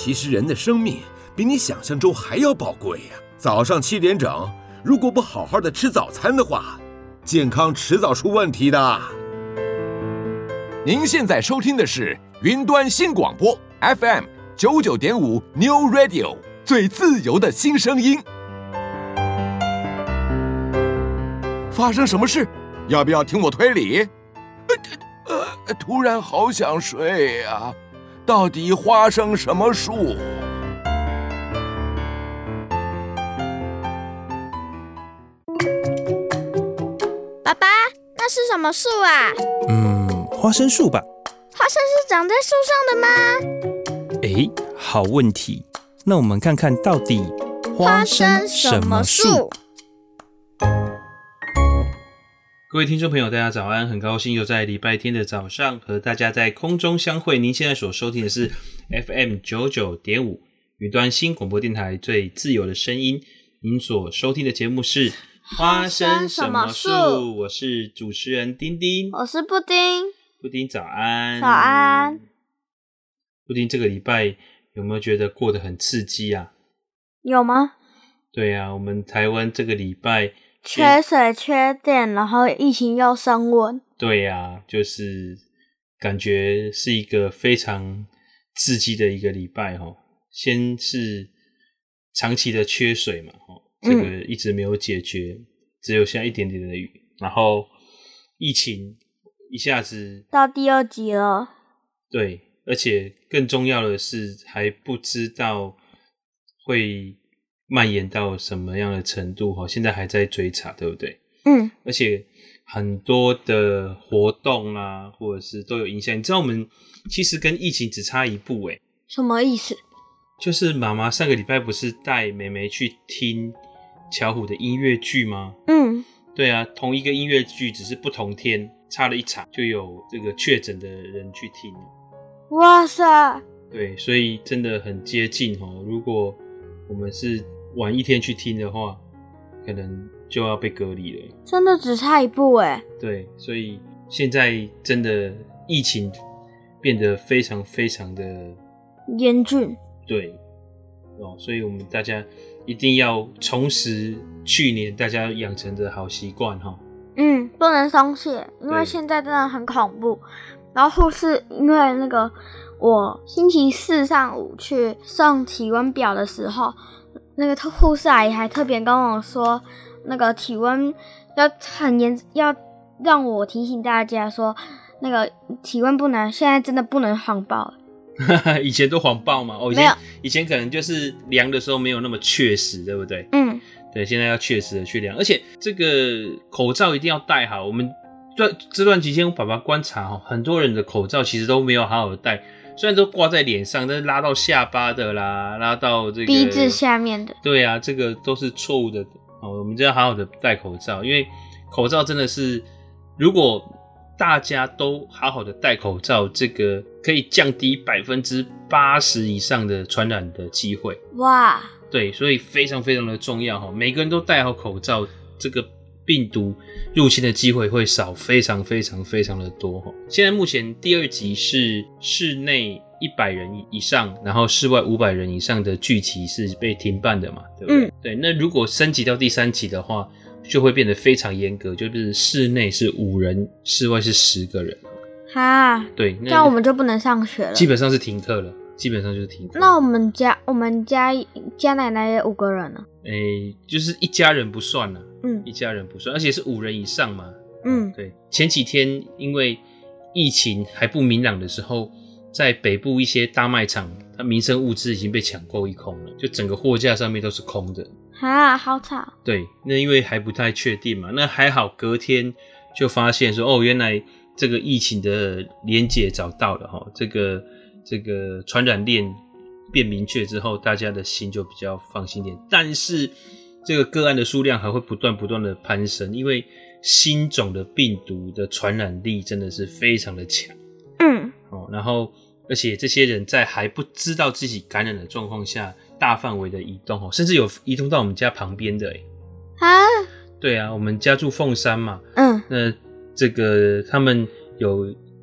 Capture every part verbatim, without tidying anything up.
其实人的生命比你想象中还要宝贵呀。早上七点整，如果不好好的吃早餐的话，健康迟早出问题的。 您现在收听的是云端新广播 F M 九九点五 New Radio， 最自由的新声音。发生什么事？要不要听我推理？呃呃，突然好想睡呀，到底花生什么树？ 爸爸，那是什么树啊？ 嗯，花生树吧。 花生是长在树上的吗？ 诶，好问题。那我们看看到底花生什么树？ 各位听众朋友，大家早安！很高兴又在礼拜天的早上和大家在空中相会。您现在所收听的是 F M 九九点五 云端新广播电台最自由的声音。您所收听的节目是花生什么树？我是主持人丁丁， 我是布丁。 布丁早安！ 早安！ 布丁这个礼拜有没有觉得过得很刺激啊？ 有吗？ 对啊，我们台湾这个礼拜缺水缺电，然后疫情又升温。 对啊，就是感觉是一个非常刺激的一个礼拜齁。先是长期的缺水嘛齁，这个一直没有解决，嗯、只有下一点点的雨。然后疫情一下子到第二级了。 对，而且更重要的是还不知道会蔓延到什么样的程度齁，现在还在追查，对不对？ 嗯。 而且很多的活动啊，或者是都有影响。你知道我们其实跟疫情只差一步诶。 什么意思？ 就是妈妈上个礼拜不是带妹妹去听巧虎的音乐剧吗？ 嗯。 对啊，同一个音乐剧，只是不同天，差了一场就有这个确诊的人去听。 哇塞！ 对，所以真的很接近齁。如果我们是晚一天去听的话，可能就要被隔离了。 真的只差一步诶。 对，所以现在真的疫情变得非常非常的严峻。 对，哦，所以我们大家一定要重拾去年大家养成的好习惯齁。 嗯，不能松懈，因为现在真的很恐怖。然后护士因为那个我星期四上午去送体温表的时候，那个护士阿姨还特别跟我说，那个体温要很严，要让我提醒大家说，那个体温不能，现在真的不能谎报。 以前都谎报嘛，哦，以前没有， 以前可能就是量的时候没有那么确实，对不对？ 嗯， 对，现在要确实的去量，而且这个口罩一定要戴好。我们这这段期间，我爸爸观察很多人的口罩其实都没有好好的戴。虽然都挂在脸上，但是拉到下巴的啦，拉到这个鼻子下面的， 对啊，这个都是错误的。哦，我们就要好好的戴口罩，因为口罩真的是，如果大家都好好的戴口罩，这个可以降低百分之八十以上的传染的机会。 哇！ 对，所以非常非常的重要哈，每个人都戴好口罩，这个病毒入侵的机会会少非常非常非常的多齁。现在目前第二级是室内一百人以上，然后室外五百人以上的聚集是被停办的嘛，对不对？嗯、对。那如果升级到第三级的话，就会变得非常严格，就是室内是五人，室外是十个人。 哈， 对， 那样我们就不能上学了， 基本上是停课了。基本上就是停课。 那我们家我们家家奶奶也五个人呢。 诶、欸，就是一家人不算了， 嗯， 一家人不算，而且是五人以上嘛。 嗯， 对。前几天因为疫情还不明朗的时候，在北部一些大卖场，它民生物资已经被抢购一空了，就整个货架上面都是空的。 啊，好吵。 对，那因为还不太确定嘛，那还好隔天就发现说，哦，原来这个疫情的连结找到了齁，这个这个传染链变明确之后，大家的心就比较放心点。但是这个个案的数量还会不断不断的攀升，因为新种的病毒的传染力真的是非常的强。 嗯， 哦，然后而且这些人在还不知道自己感染的状况下，大范围的移动，甚至有移动到我们家旁边的。 啊， 对啊，我们家住凤山嘛， 嗯， 那这个他们有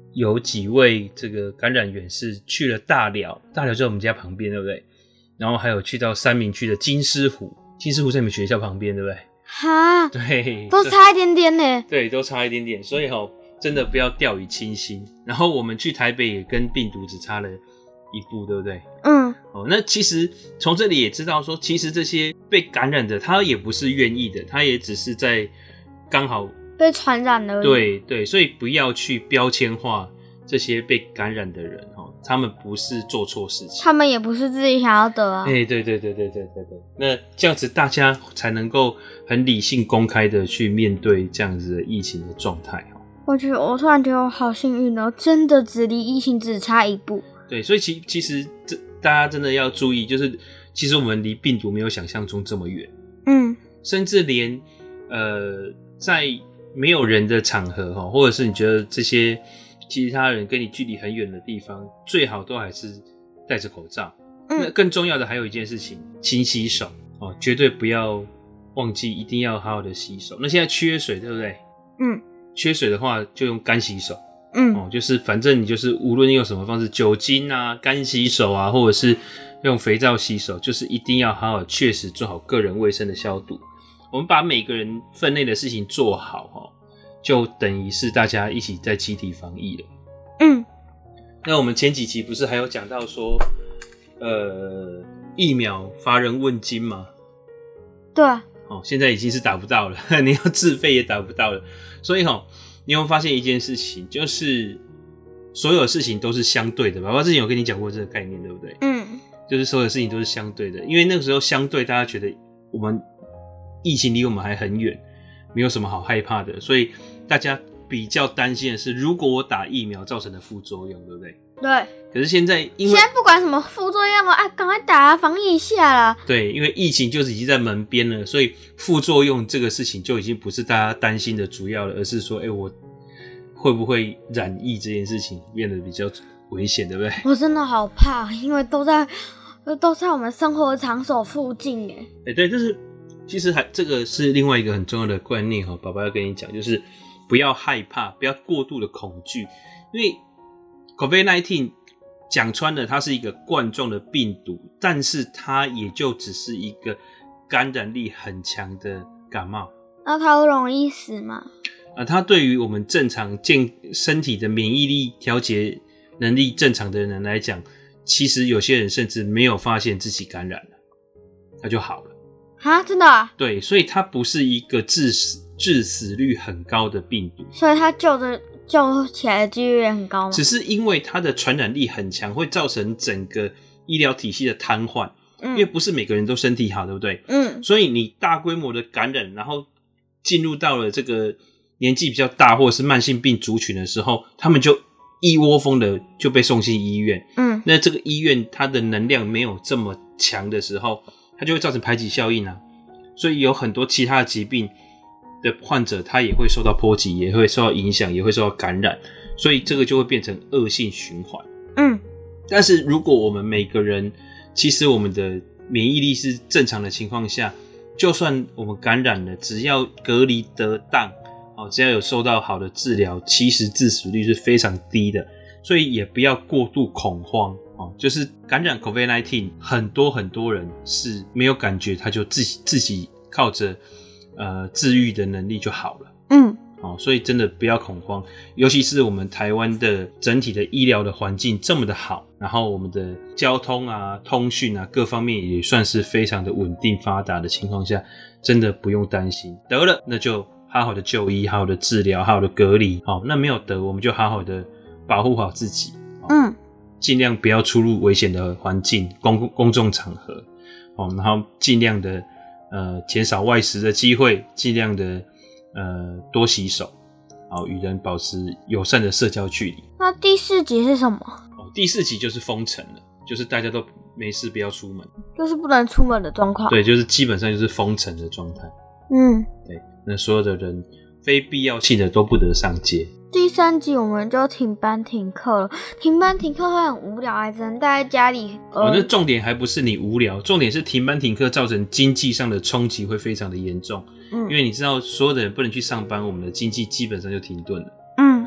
有几位这个感染源是去了大寮，大寮就在我们家旁边，对不对？然后还有去到三民区的金狮湖，金狮湖在你们学校旁边，对不对？ 哈， 对， 都差一点点呢。 对，都差一点点，所以吼、哦，真的不要掉以轻心。然后我们去台北也跟病毒只差了一步，对不对？ 嗯， 哦，那其实从这里也知道说，其实这些被感染的，他也不是愿意的，他也只是在刚好被传染了。 对对，所以不要去标签化这些被感染的人哦，他们不是做错事情， 他们也不是自己想要得啊。 哎、欸，对对对对对对对，那这样子大家才能够很理性、公开的去面对这样子的疫情的状态哦。 我觉得我突然觉得我好幸运哦，真的只离疫情只差一步。 对，所以其其实这大家真的要注意，就是其实我们离病毒没有想象中这么远， 嗯， 甚至连呃在没有人的场合哈，或者是你觉得这些其他人跟你距离很远的地方，最好都还是戴着口罩。 嗯， 那更重要的还有一件事情，勤洗手哦，绝对不要忘记，一定要好好的洗手。那现在缺水，对不对？ 嗯， 缺水的话就用干洗手。 嗯， 哦，就是反正你就是无论用什么方式，酒精啊、干洗手啊，或者是用肥皂洗手，就是一定要好好确实做好个人卫生的消毒。我们把每个人分内的事情做好，哦，就等于是大家一起在集体防疫了。 嗯， 那我们前几期不是还有讲到说，呃，疫苗乏人问津吗？ 对， 哦，现在已经是打不到了，你要自费也打不到了，所以哦。你有没有发现一件事情，就是所有事情都是相对的吧？爸爸之前有跟你讲过这个概念，对不对？ 嗯， 就是所有事情都是相对的，因为那个时候相对，大家觉得我们疫情离我们还很远，没有什么好害怕的，所以大家比较担心的是，如果我打疫苗造成的副作用，对不对？ 对。 可是现在，因为现在不管什么副作用了，哎，赶快打，防疫一下啦。 对，因为疫情就是已经在门边了，所以副作用这个事情就已经不是大家担心的主要了，而是说，哎、欸，我会不会染疫这件事情变得比较危险，对不对？ 我真的好怕，因为都在都在我们生活场所附近，哎。 哎，对，就是其实还这个是另外一个很重要的观念哈，爸爸要跟你讲，就是不要害怕，不要过度的恐惧，因为 COVID 十九 讲穿了，它是一个冠状的病毒，但是它也就只是一个感染力很强的感冒。 那它会容易死吗？ 呃，它对于我们正常健身体的免疫力调节能力正常的人来讲，其实有些人甚至没有发现自己感染了，他就好了。 啊，真的啊？ 对，所以它不是一个致死致死率很高的病毒， 所以它救的救起来的几率也很高吗？ 只是因为它的传染力很强，会造成整个医疗体系的瘫痪。嗯，因为不是每个人都身体好，对不对？嗯，所以你大规模的感染，然后进入到了这个年纪比较大或者是慢性病族群的时候，他们就一窝蜂的就被送进医院。嗯，那这个医院它的能量没有这么强的时候，它就会造成排挤效应啊。所以有很多其他的疾病的患者，他也会受到波及，也会受到影响，也会受到感染，所以这个就会变成恶性循环。嗯，但是如果我们每个人其实我们的免疫力是正常的情况下，就算我们感染了，只要隔离得当，只要有受到好的治疗，其实致死率是非常低的，所以也不要过度恐慌。就是感染 COVID 十九 很多很多人是没有感觉，他就自己自己靠着呃治愈的能力就好了。嗯，哦，所以真的不要恐慌，尤其是我们台湾的整体的医疗的环境这么的好，然后我们的交通啊、通讯啊各方面也算是非常的稳定发达的情况下，真的不用担心。得了，那就好好的就医，好好的治疗，好好的隔离。好，那没有得，我们就好好的保护好自己。嗯。尽量不要出入危险的环境、公公众场合，哦，然后尽量的呃减少外食的机会，尽量的呃多洗手，好，与人保持友善的社交距离。 那第四集是什么？ 哦，第四集就是封城了，就是大家都没事不要出门， 就是不能出门的状况。 对，就是基本上就是封城的状态。嗯，对，那所有的人非必要性的都不得上街。 第三集我们就停班停课了，停班停课会很无聊，还只能待在家里。呃、 哦，那重点还不是你无聊，重点是停班停课造成经济上的冲击会非常的严重。嗯，因为你知道所有的人不能去上班，我们的经济基本上就停顿了。嗯，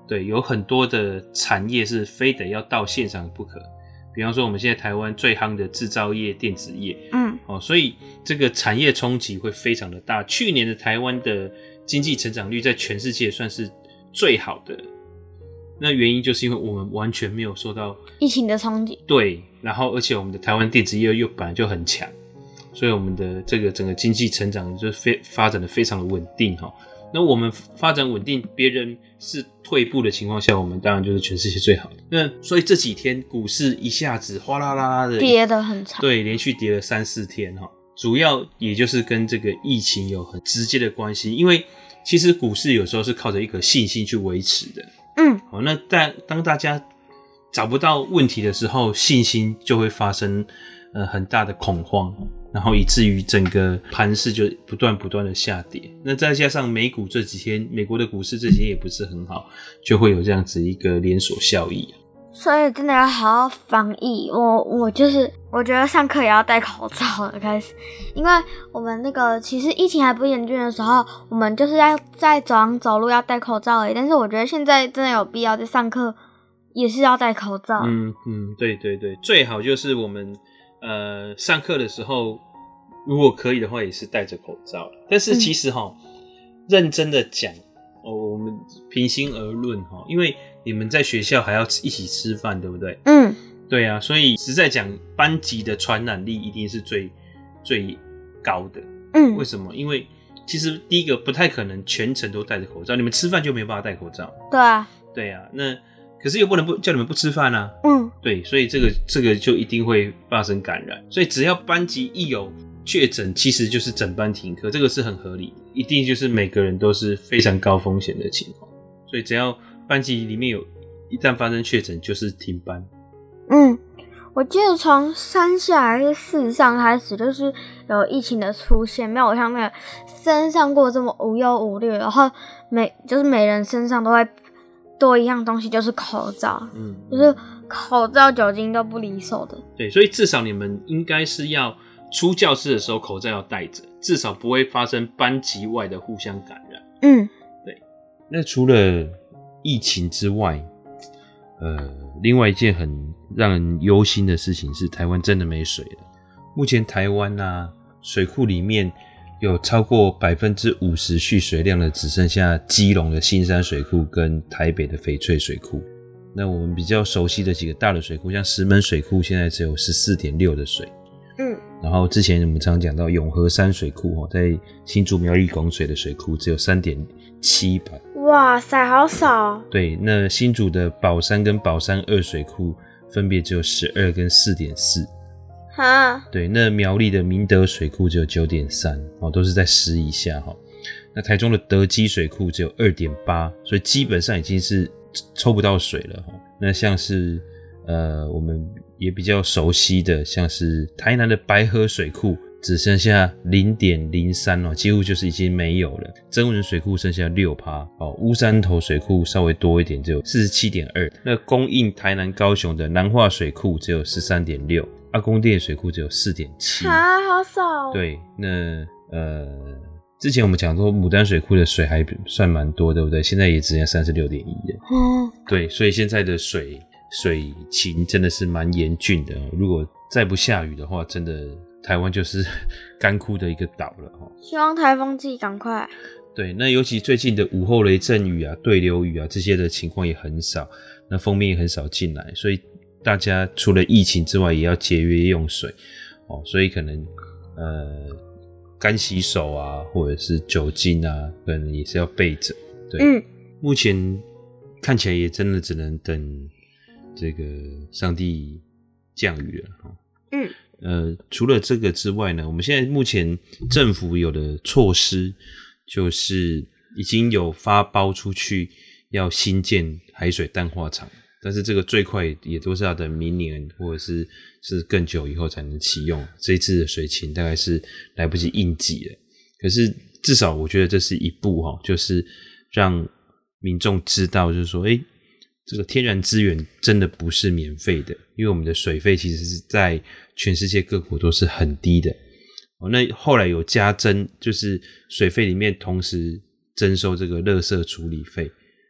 对，有很多的产业是非得要到现场不可。比方说，我们现在台湾最夯的制造业、电子业， 嗯， 哦，所以这个产业冲击会非常的大。去年的台湾的经济成长率在全世界算是最好的，那原因就是因为我们完全没有受到疫情的冲击。 对，然后而且我们的台湾电子业又本来就很强，所以我们的这个整个经济成长就非发展的非常的稳定哈。那我们发展稳定，别人是退步的情况下，我们当然就是全世界最好的。那所以这几天股市一下子哗啦啦啦的跌得很惨， 对，连续跌了三四天哈。主要也就是跟这个疫情有很直接的关系，因为其实股市有时候是靠着一个信心去维持的。 嗯， 好，那当当大家找不到问题的时候，信心就会发生呃很大的恐慌。然后以至于整个盘势就不断不断的下跌，那再加上美股这几天，美国的股市这几天也不是很好，就会有这样子一个连锁效益。 所以真的要好好防疫。我我就是我觉得上课也要戴口罩了，开始，因为我们那个其实疫情还不严峻的时候，我们就是要在走廊走路要戴口罩而已。但是我觉得现在真的有必要在上课也是要戴口罩。 嗯嗯，对对对，最好就是我们。呃，上课的时候，如果可以的话，也是戴着口罩。但是其实齁，嗯、认真的讲，哦，我们平心而论齁，因为你们在学校还要一起吃饭，对不对？ 嗯， 对啊，所以实在讲，班级的传染力一定是最最高的。 嗯， 为什么？因为其实第一个不太可能全程都戴着口罩，你们吃饭就没有办法戴口罩。 对啊， 对啊，那可是又不能不叫你们不吃饭啊。 嗯。 对，所以这个这个就一定会发生感染，所以只要班级一有确诊，其实就是整班停课，这个是很合理的，一定就是每个人都是非常高风险的情况，所以只要班级里面有一旦发生确诊，就是停班。 嗯，我记得从三下还是四上开始，就是有疫情的出现，没有像那个升上过这么无忧无虑，然后每就是每人身上都会多一样东西，就是口罩， 嗯， 就是口罩、酒精都不离手的。 对，所以至少你们应该是要出教室的时候口罩要戴着，至少不会发生班级外的互相感染。 嗯， 对。那除了疫情之外，呃，另外一件很让人忧心的事情是，台湾真的没水了。目前台湾啊，水库里面有超过 百分之五十 蓄水量的只剩下基隆的新山水库跟台北的翡翠水库。那我们比较熟悉的几个大的水库，像石门水库现在只有 十四点六 的水。 嗯， 然后之前我们常讲到永和山水库，在新竹苗栗拱水的水库只有 三点七 百。 哇塞，好少。 对，那新竹的宝山跟宝山二水库分别只有十二跟 四点四。 哈， 对，那苗栗的明德水库只有 九点三， 都是在十以下。那台中的德基水库只有 二点八， 所以基本上已经是抽不到水了。那像是呃我们也比较熟悉的，像是台南的白河水库只剩下 零点零三， 几乎就是已经没有了。曾文水库剩下 百分之六， 乌山头水库稍微多一点，只有 四十七点二。 那供应台南高雄的南化水库只有 十三点六， 阿公店水库只有 四点七。 啊，好少。 对，那呃之前我们讲说牡丹水库的水还算蛮多，对不对？现在也只剩 三十六点一 了。 嗯， 对，所以现在的水水情真的是蛮严峻的。如果再不下雨的话，真的台湾就是干枯的一个岛了。 希望台风季赶快。 对，那尤其最近的午后雷阵雨啊、对流雨啊这些的情况也很少，那锋面也很少进来，所以大家除了疫情之外也要节约用水哦。所以可能呃干洗手啊，或者是酒精啊，可能也是要备着。对， 嗯， 目前看起来也真的只能等这个上帝降雨了。 嗯， 呃，除了这个之外呢，我们现在目前政府有的措施就是已经有发包出去要新建海水淡化厂，但是这个最快也都是要等明年或者是是更久以后才能启用。这一次的水情大概是来不及应急了，可是至少我觉得这是一步齁，就是让民众知道，就是说，诶，这个天然资源真的不是免费的，因为我们的水费其实是在全世界各国都是很低的。哦，那后来有加征，就是水费里面同时征收这个垃圾处理费，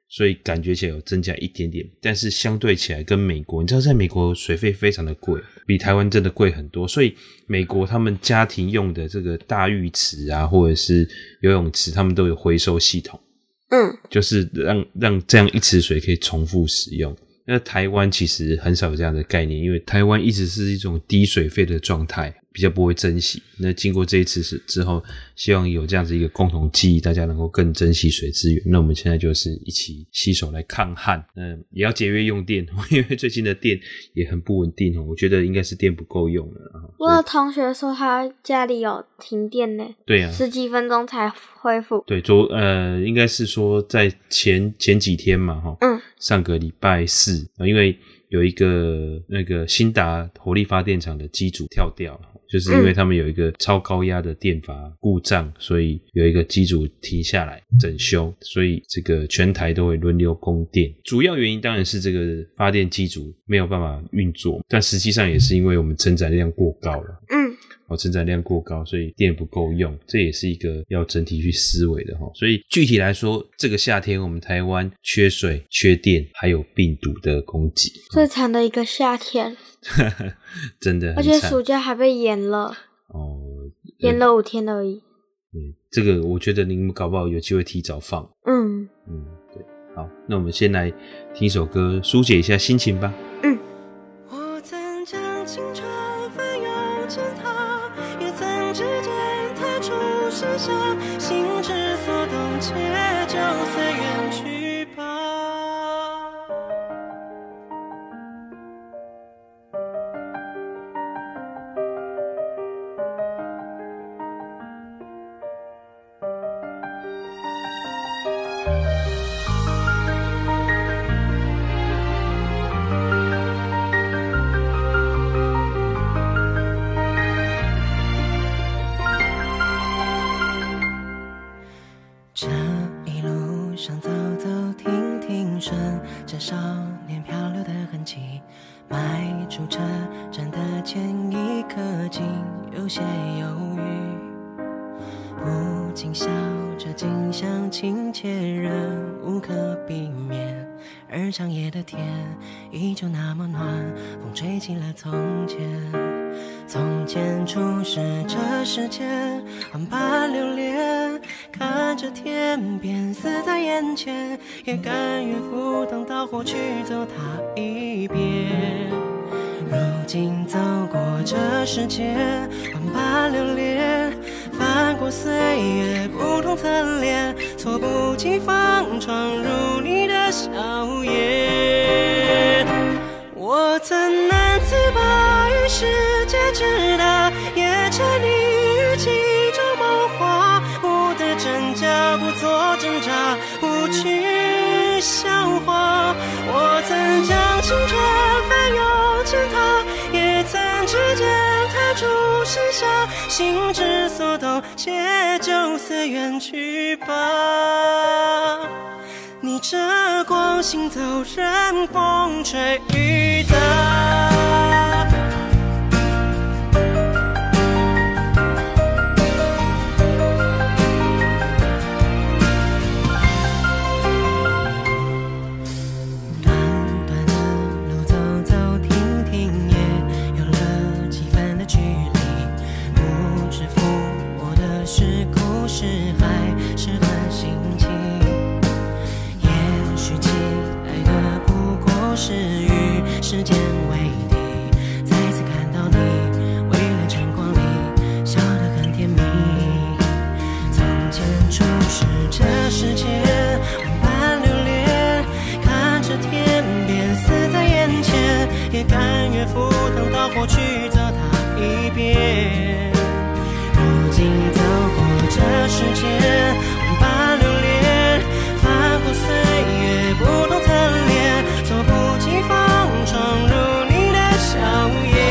所以感觉起来有增加一点点，但是相对起来跟美国，你知道在美国水费非常的贵，比台湾真的贵很多，所以美国他们家庭用的这个大浴池啊或者是游泳池他们都有回收系统， 嗯， 就是让让这样一池水可以重复使用。那台湾其实很少有这样的概念，因为台湾一直是一种低水费的状态，比较不会珍惜。那经过这一次之后，希望有这样子一个共同记忆，大家能够更珍惜水资源。那我们现在就是一起携手来抗旱，嗯，也要节约用电，因为最近的电也很不稳定哦。我觉得应该是电不够用了。 我有同学说他家里有停电呢， 对啊， 十几分钟才恢复。 对，昨呃，应该是说在前前几天嘛，哈， 嗯， 上个礼拜四，因为有一个那个新达火力发电厂的机组跳掉了，就是因为他们有一个超高压的电阀故障，所以有一个机组停下来整修，所以这个全台都会轮流供电。主要原因当然是这个发电机组没有办法运作，但实际上也是因为我们承载量过高了。 嗯。 哦，承载量过高，所以电不够用，这也是一个要整体去思维的齁。所以具体来说，这个夏天我们台湾缺水、缺电，还有病毒的攻击， 最惨的一个夏天， 真的很惨， 而且暑假还被延了， 哦， 延了五天而已。 对，这个我觉得你们搞不好有机会提早放。 嗯嗯，对，好，那我们先来听一首歌，疏解一下心情吧。 嗯。 我曾将青春翻涌成她，也曾指尖弹出盛夏，心之所动，且就随缘去吧。这一路上走走停停，顺着少年漂流的痕迹，迈出车站的前一刻，竟有些犹豫。不禁笑着，景象亲切，仍无可避免。而长夜的天依旧那么暖，风吹起了从前。从前初识这世间，万般流连，看着天边死在眼前，也甘愿赴汤蹈火去走它一遍。如今走过这世界，万般流连，翻过岁月不同侧脸，猝不及防闯入你的笑颜。我曾难自拔于世界之大，也沉溺于其中梦话，不得真假，不做挣扎，不去笑话。我曾将青春翻涌成她，也曾指尖弹出盛夏，心之所动，且就随缘去吧。逆着光行走，任风吹雨打。时间为敌，再次看到你，微亮晨光里，笑得很甜蜜。从前初识这世界，万般流连，看着天边死在眼前，也甘愿赴汤蹈火去走它一遍。如今走过这世界，万般流连，翻过岁月不同侧脸，猝不及防闯入你的笑颜。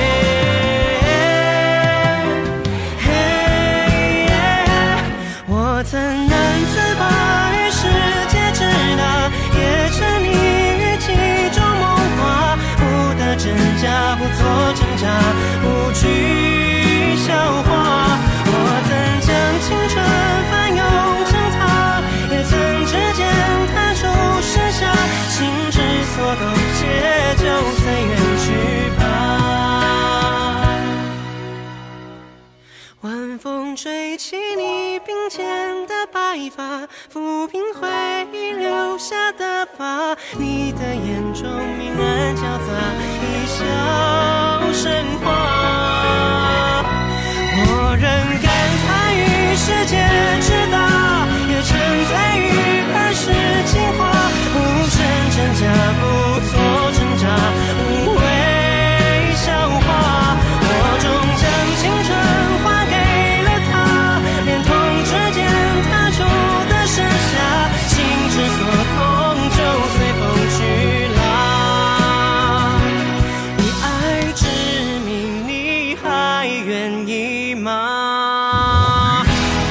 我曾难自拔于世界之大，也沉溺于其中梦话，不得真假，不做挣扎，不去笑话。我曾将青春翻涌成抚平回忆留下的疤。你的眼中明暗交杂，一笑生花。我仍感叹于世界之大，也沉醉于儿时情话。不真真假，不做挣扎，无谓笑话。我终将青春还给了他，连同指尖踏出的盛夏，心之所痛就随风去啦。以爱之名，你还愿意吗？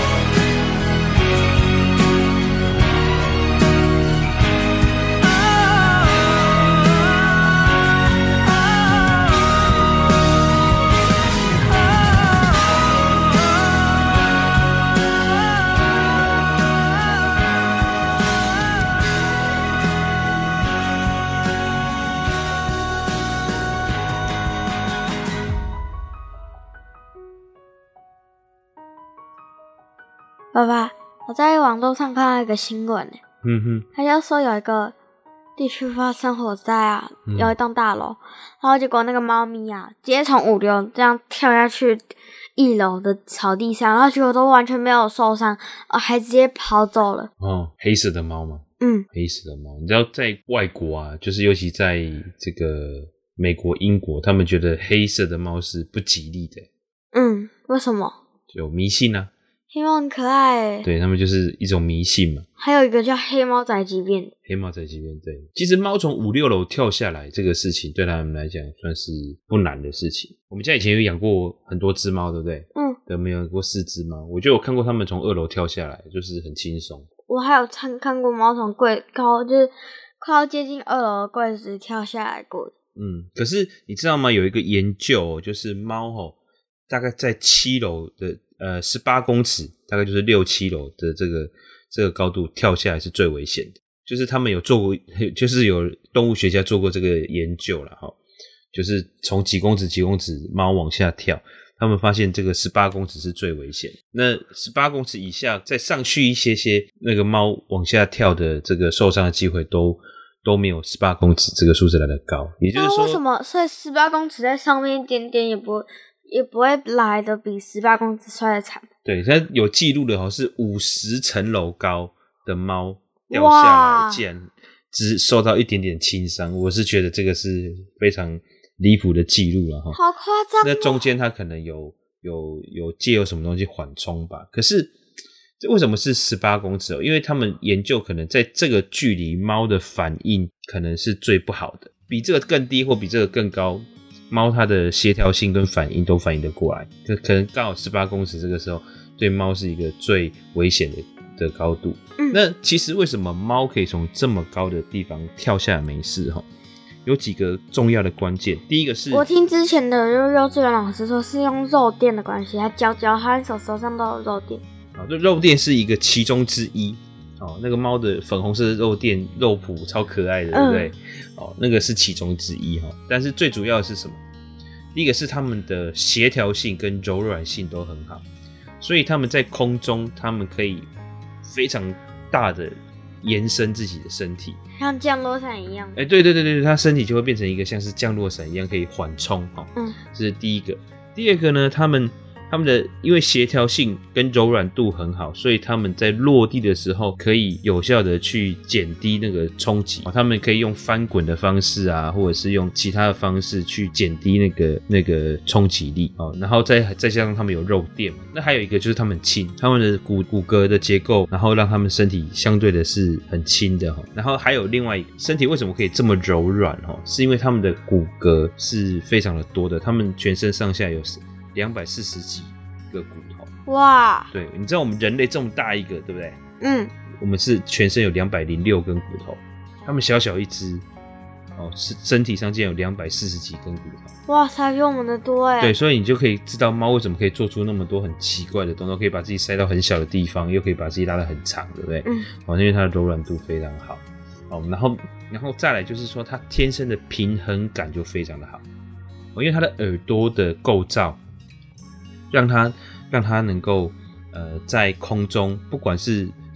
爸爸，我在网络上看到一个新闻， 嗯哼， 他就说有一个地区发生火灾啊， 嗯有一栋大楼，然后结果那个猫咪啊，直接从五楼这样跳下去一楼的草地上，然后结果都完全没有受伤，呃，还直接跑走了。 哦，黑色的猫吗？ 嗯， 黑色的猫，你知道在外国啊，就是尤其在这个美国、英国，他们觉得黑色的猫是不吉利的， 嗯，为什么？ 有迷信啊。 黑猫很可爱， 对，他们就是一种迷信嘛。 还有一个叫黑猫宅急便， 黑猫在这边，对，其实猫从五六楼跳下来这个事情，对他们来讲算是不难的事情。我们家以前有养过很多只猫，对不对？ 嗯， 对，没有养过四只猫。我觉得我看过他们从二楼跳下来，就是很轻松。 我还有看看过猫从柜高，就是快要接近二楼的柜子跳下来过的。 嗯，可是你知道吗？有一个研究、哦，就是猫哦，大概在七楼的呃十八公尺，大概就是六七楼的这个这个高度跳下来是最危险的。就是他们有做过，就是有动物学家做过这个研究啦齁，就是从几公尺几公尺猫往下跳，他们发现这个十八公尺是最危险的。那十八公尺以下再上去一些些，那个猫往下跳的这个受伤的机会都都没有十八公尺这个数字来的高。也就是说， 那为什么所以十八公尺在上面一点点也不也不会来的比十八公尺摔的惨？ 对，它有记录的好像是五十层楼高的猫掉下来，竟然只受到一点点轻伤，我是觉得这个是非常离谱的记录了哈。 好夸张、哦！ 那中间它可能有有有借由什么东西缓冲吧？可是这为什么是十八公尺哦？因为他们研究可能在这个距离猫的反应可能是最不好的，比这个更低或比这个更高，猫它的协调性跟反应都反应得过来，可可能刚好十八公尺这个时候对猫是一个最危险的的高度。嗯，那其实为什么猫可以从这么高的地方跳下来没事齁？有几个重要的关键。第一个是， 我听之前的幼稚园老师说是用肉垫的关系，他嚼嚼他手手上都有肉垫。 好，这肉垫是一个其中之一。哦，那个猫的粉红色的肉垫肉脯超可爱的，对不对？嗯、哦，那个是其中之一哈。但是最主要的是什么？第一个是它们的协调性跟柔软性都很好，所以它们在空中，它们可以非常大的延伸自己的身体， 像降落伞一样。 哎、欸，对对对对，它身体就会变成一个像是降落伞一样可以缓冲哈。 嗯， 这是第一个。第二个呢，它们它们的因为协调性跟柔软度很好，所以它们在落地的时候可以有效的去减低那个冲击。它们可以用翻滚的方式啊，或者是用其他的方式去减低那个那个冲击力哦。然后再再加上它们有肉垫嘛，那还有一个就是它们很轻，它们的骨骨骼的结构，然后让它们身体相对的是很轻的哈。然后还有另外一个，身体为什么可以这么柔软哈？是因为它们的骨骼是非常的多的，它们全身上下有两百四十几个骨头。 哇！ 对，你知道我们人类这么大一个，对不对？ 嗯， 我们是全身有两百零六根骨头，他们小小一只，哦，是身体上竟然有两百四十几根骨头。 哇塞，比我们的多哎。 对，所以你就可以知道猫为什么可以做出那么多很奇怪的动作，可以把自己塞到很小的地方，又可以把自己拉得很长，对不对？ 嗯， 哦，因为它的柔软度非常好。哦，然后，然后再来就是说，它天生的平衡感就非常的好，哦，因为它的耳朵的构造。让它让它能够呃在空中，不管是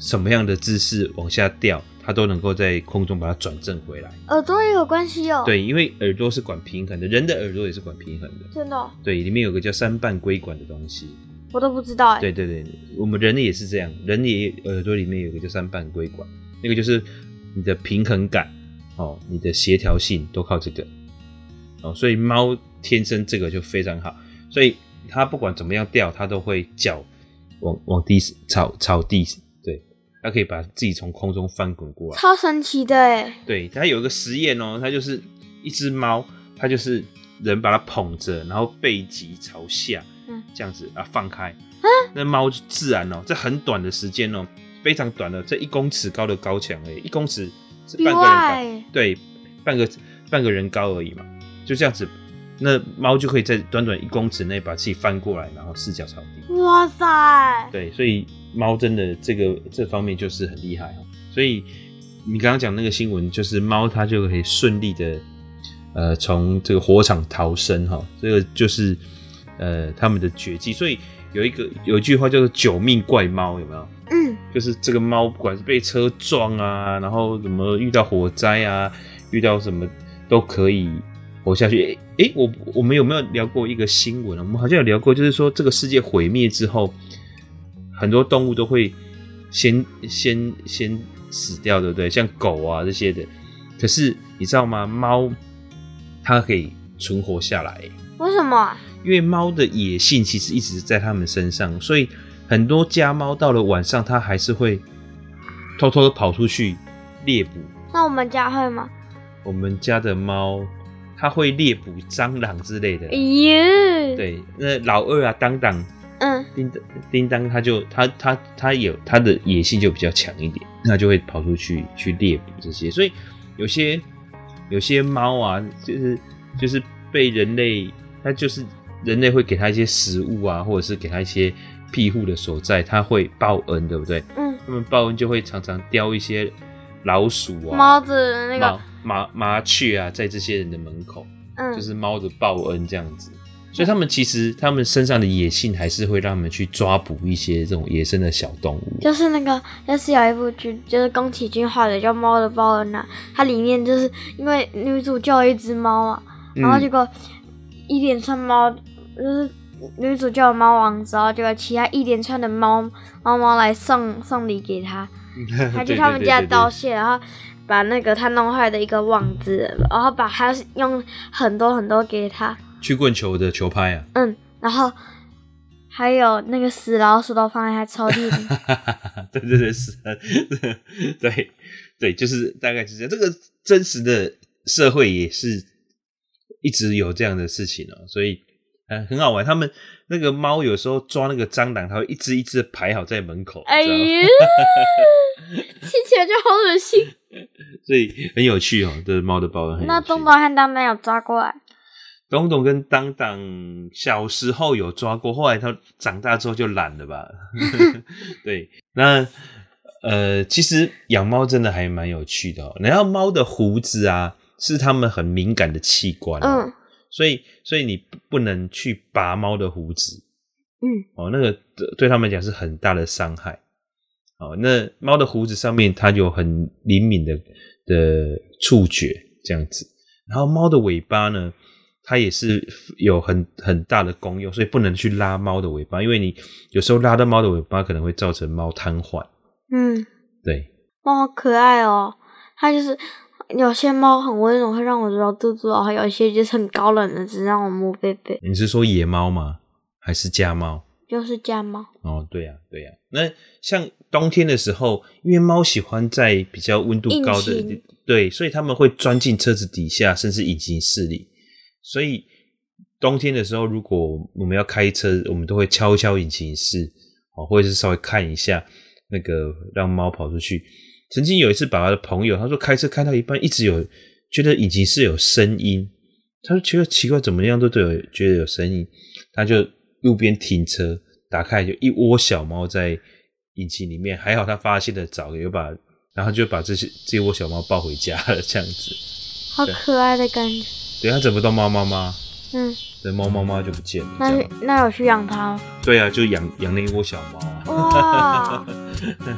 什么样的姿势往下掉，它都能够在空中把它转正回来。 耳朵也有关系哦。 对，因为耳朵是管平衡的，人的耳朵也是管平衡的。 真的、哦？ 对，里面有个叫三瓣龟管的东西。 我都不知道哎。 对对对，我们人也是这样，人也耳朵里面有个叫三瓣龟管，那个就是你的平衡感哦，你的协调性都靠这个哦，所以猫天生这个就非常好，所以它不管怎么样掉，它都会脚往往地朝朝地，对，它可以把自己从空中翻滚过来， 超神奇的哎。 对，它有一个实验哦，它就是一只猫，它就是人把它捧着，然后背脊朝下。嗯、这样子啊，放开，啊、那猫就自然哦，在很短的时间哦，非常短的，这一公尺高的高墙而已，一公尺是半个人高，对，半个半个人高而已嘛，就这样子，那猫就可以在短短一公尺内把自己翻过来，然后四脚朝地。 哇塞！ 对，所以猫真的这个这方面就是很厉害哦。所以你刚刚讲那个新闻，就是猫它就可以顺利的呃从这个火场逃生哈、哦，这个就是。呃，他们的绝技，所以有一个有一句话叫做"九命怪猫"，有没有？嗯，就是这个猫不管是被车撞啊，然后什么遇到火灾啊，遇到什么都可以活下去。诶、欸，我我们有没有聊过一个新闻？我们好像有聊过，就是说这个世界毁灭之后，很多动物都会先先先死掉，对不对？像狗啊这些的。可是你知道吗？猫它可以存活下来。 为什么？ 因为猫的野性其实一直在它们身上，所以很多家猫到了晚上，它还是会偷偷的跑出去猎捕。 那我们家会吗？ 我们家的猫，它会猎捕蟑螂之类的。 哎呦， 对，那老二啊，当当， 嗯， 叮叮当，它就它它它有它的野性就比较强一点，它就会跑出去去猎捕这些。所以有些有些猫啊，就是就是被人类，它就是。人类会给它一些食物啊，或者是给它一些庇护的所在，它会报恩，对不对？嗯，他们报恩就会常常叼一些老鼠啊、 猫子的那个麻麻雀啊，在这些人的门口，嗯，就是猫的报恩这样子。所以他们其实他们身上的野性还是会让他们去抓捕一些这种野生的小动物。 就是那个，就是有一部剧，就是宫崎骏画的叫《猫的报恩》啊，它里面就是因为女主救了一只猫啊，然后结果一连串猫。就是女主救了猫王之后，结果其他一连串的猫猫猫来送送礼给他，他去他们家道谢，然后把那个他弄坏的一个网子，然后把他用很多很多给他。 曲棍球的球拍啊。 嗯，然后还有那个死老鼠都放在他抽屉里。 对对对，是，对对，就是大概是这样。这个真实的社会也是一直有这样的事情哦，所以。嗯、很好玩，他们那个猫有时候抓那个蟑螂，它会一只一只排好在门口， 哎呀，听起来就好恶心。 所以很有趣哦，这猫的报恩很有趣。 那东东和当当有抓过来？ 东东跟当当小时候有抓过，后来他长大之后就懒了吧？对，那呃，其实养猫真的还蛮有趣的哦。然后猫的胡子啊，是它们很敏感的器官、哦，嗯。所以，所以你不能去拔猫的胡子，嗯，哦，那个对他们来讲是很大的伤害。哦，那猫的胡子上面它有很灵敏的的触觉，这样子。然后猫的尾巴呢，它也是有很很大的功用，所以不能去拉猫的尾巴，因为你有时候拉到猫的尾巴，可能会造成猫瘫痪。嗯，对， 猫好可爱哦，它就是。有些猫很温柔，会让我揉肚子，然后有一些就是很高冷的，只让我摸背背。 你是说野猫吗？还是家猫？ 就是家猫。 哦，对呀、啊，对呀、啊。那像冬天的时候，因为猫喜欢在比较温度高的，对，所以他们会钻进车子底下，甚至引擎室里。所以冬天的时候，如果我们要开车，我们都会敲敲引擎室，哦，或者是稍微看一下那个让猫跑出去。曾经有一次，爸爸的朋友他说开车开到一半，一直有觉得引擎室有声音，他就觉得奇怪，怎么样都都有觉得有声音，他就路边停车，打开就一窝小猫在引擎里面，还好他发现的早，有把，然后就把这些这窝小猫抱回家了，这样子， 好可爱的感觉。 对，他找不到猫妈妈， 嗯， 对，猫妈妈就不见了。 那那有去养它？ 对啊，就养养那一窝小猫啊。 哇！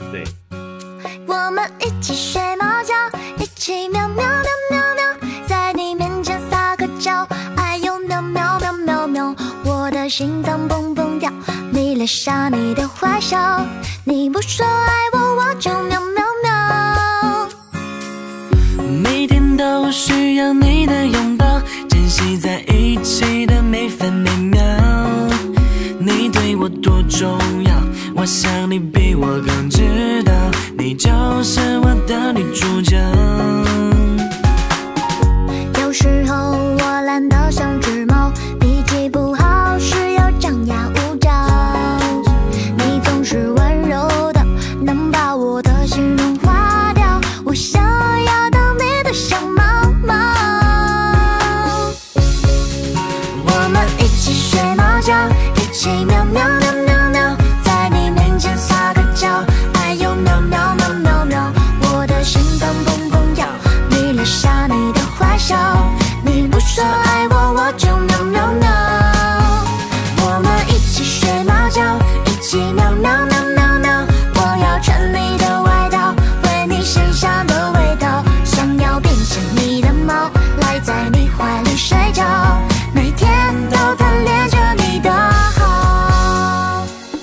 对， 我们一起睡猫觉，一起喵喵喵喵喵，在你面前撒个娇，哎呦喵喵喵喵喵，我的心脏蹦蹦跳，迷恋上你的坏笑，你不说爱我，我就喵喵喵。 每天都需要你的拥抱，珍惜在一起的每分每秒。你对我多重要，我想你比我更知道，你就是我的女主角。 有时候我懒得像只猫，脾气不好时又张牙舞爪，你总是温柔的，能把我的心融化掉，我想要当你的小猫猫。我们一起睡猫觉，一起喵喵喵喵喵，在你面前撒个娇，哎呦喵喵喵喵喵，我的心脏蹦蹦跳，迷恋上你的坏笑，你不说爱我，我就喵喵喵。我们一起睡猫觉，一起喵喵喵喵喵，我要穿你的外套，闻你身上的味道，想要变成你的猫，赖在你怀里睡觉，每天都贪恋着你的好。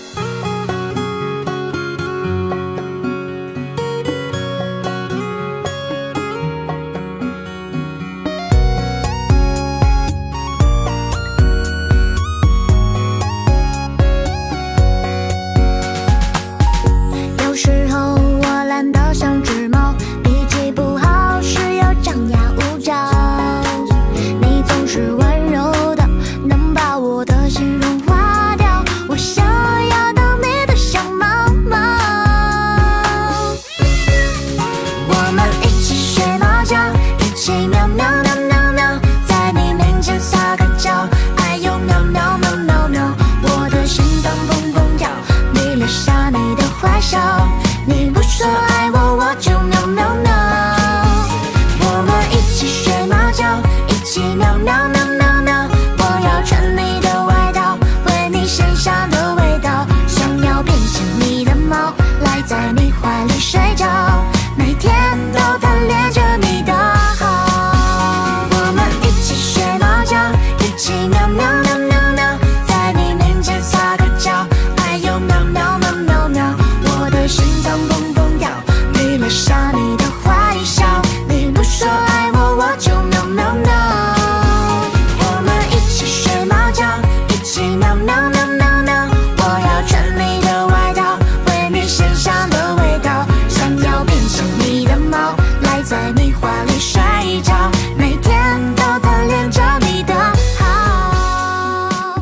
有时候我懒得像只猫，脾气不好时又张牙舞爪，你总是温柔的，能把我的心融化掉，我想要当你的小猫猫。我们一起睡猫觉，一起喵喵喵喵喵，在你面前撒个娇，哎呦喵喵喵喵喵，我的心脏蹦蹦跳，迷恋上你的坏笑，你不说爱我，我就喵喵喵。我们一起睡猫觉，一起喵喵喵喵喵，我要穿你的外套，闻你身上的味道，想要变成你的猫，赖在你怀里睡觉，每天都贪恋着你的好。我们一起睡猫觉，一起喵喵喵喵喵，在你面前撒个娇，哎呦喵喵喵喵喵，我的心脏蹦蹦跳，迷恋上你的坏笑，你不说爱我，我就喵喵喵。我们一起睡猫觉，一起喵喵喵喵喵，我要穿你的外套，闻你身上的味道，想要变成你的猫，赖在你怀里睡觉，每天都贪恋着你的好。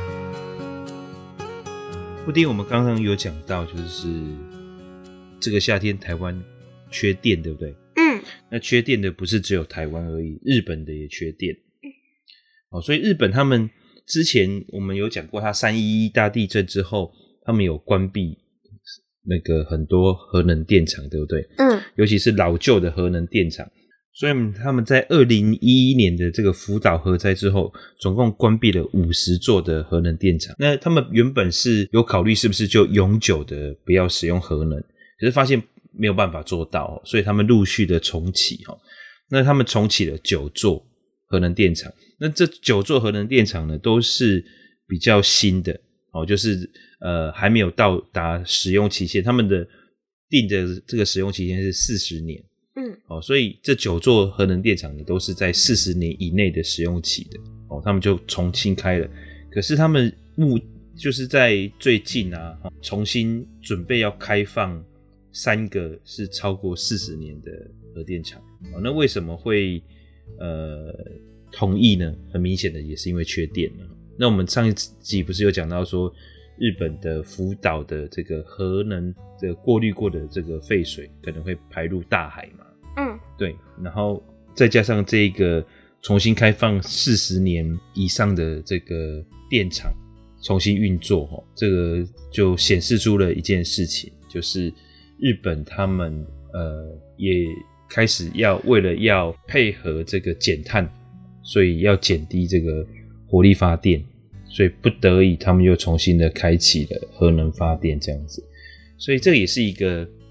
布丁，我们刚刚有讲到，就是这个夏天台湾缺电，对不对？ 嗯， 那缺电的不是只有台湾而已，日本的也缺电。哦，所以日本他们之前我们有讲过，他三一一大地震之后，他们有关闭那个很多核能电厂，对不对？ 嗯， 尤其是老旧的核能电厂。所以他们在二零一一年的这个福岛核灾之后，总共关闭了五十座的核能电厂。那他们原本是有考虑是不是就永久的不要使用核能，可是发现没有办法做到，所以他们陆续的重启。那他们重启了九座核能电厂，那这九座核能电厂呢都是比较新的，就是呃还没有到达使用期限，他们的定的这个使用期限是四十年。 嗯， 哦，所以这九座核能电厂呢，都是在四十年以内的使用期的，哦，他们就重新开了。可是他们目就是在最近啊，重新准备要开放三个是超过四十年的核电厂。哦，那为什么会呃同意呢？很明显的也是因为缺电了。那我们上一集不是有讲到说，日本的福岛的这个核能的过滤过的这个废水可能会排入大海嘛？ 嗯， 对，然后再加上这个重新开放四十年以上的这个电厂重新运作，这个就显示出了一件事情，就是日本他们呃也开始要为了要配合这个减碳，所以要减低这个火力发电，所以不得已他们又重新的开启了核能发电这样子。所以这也是一个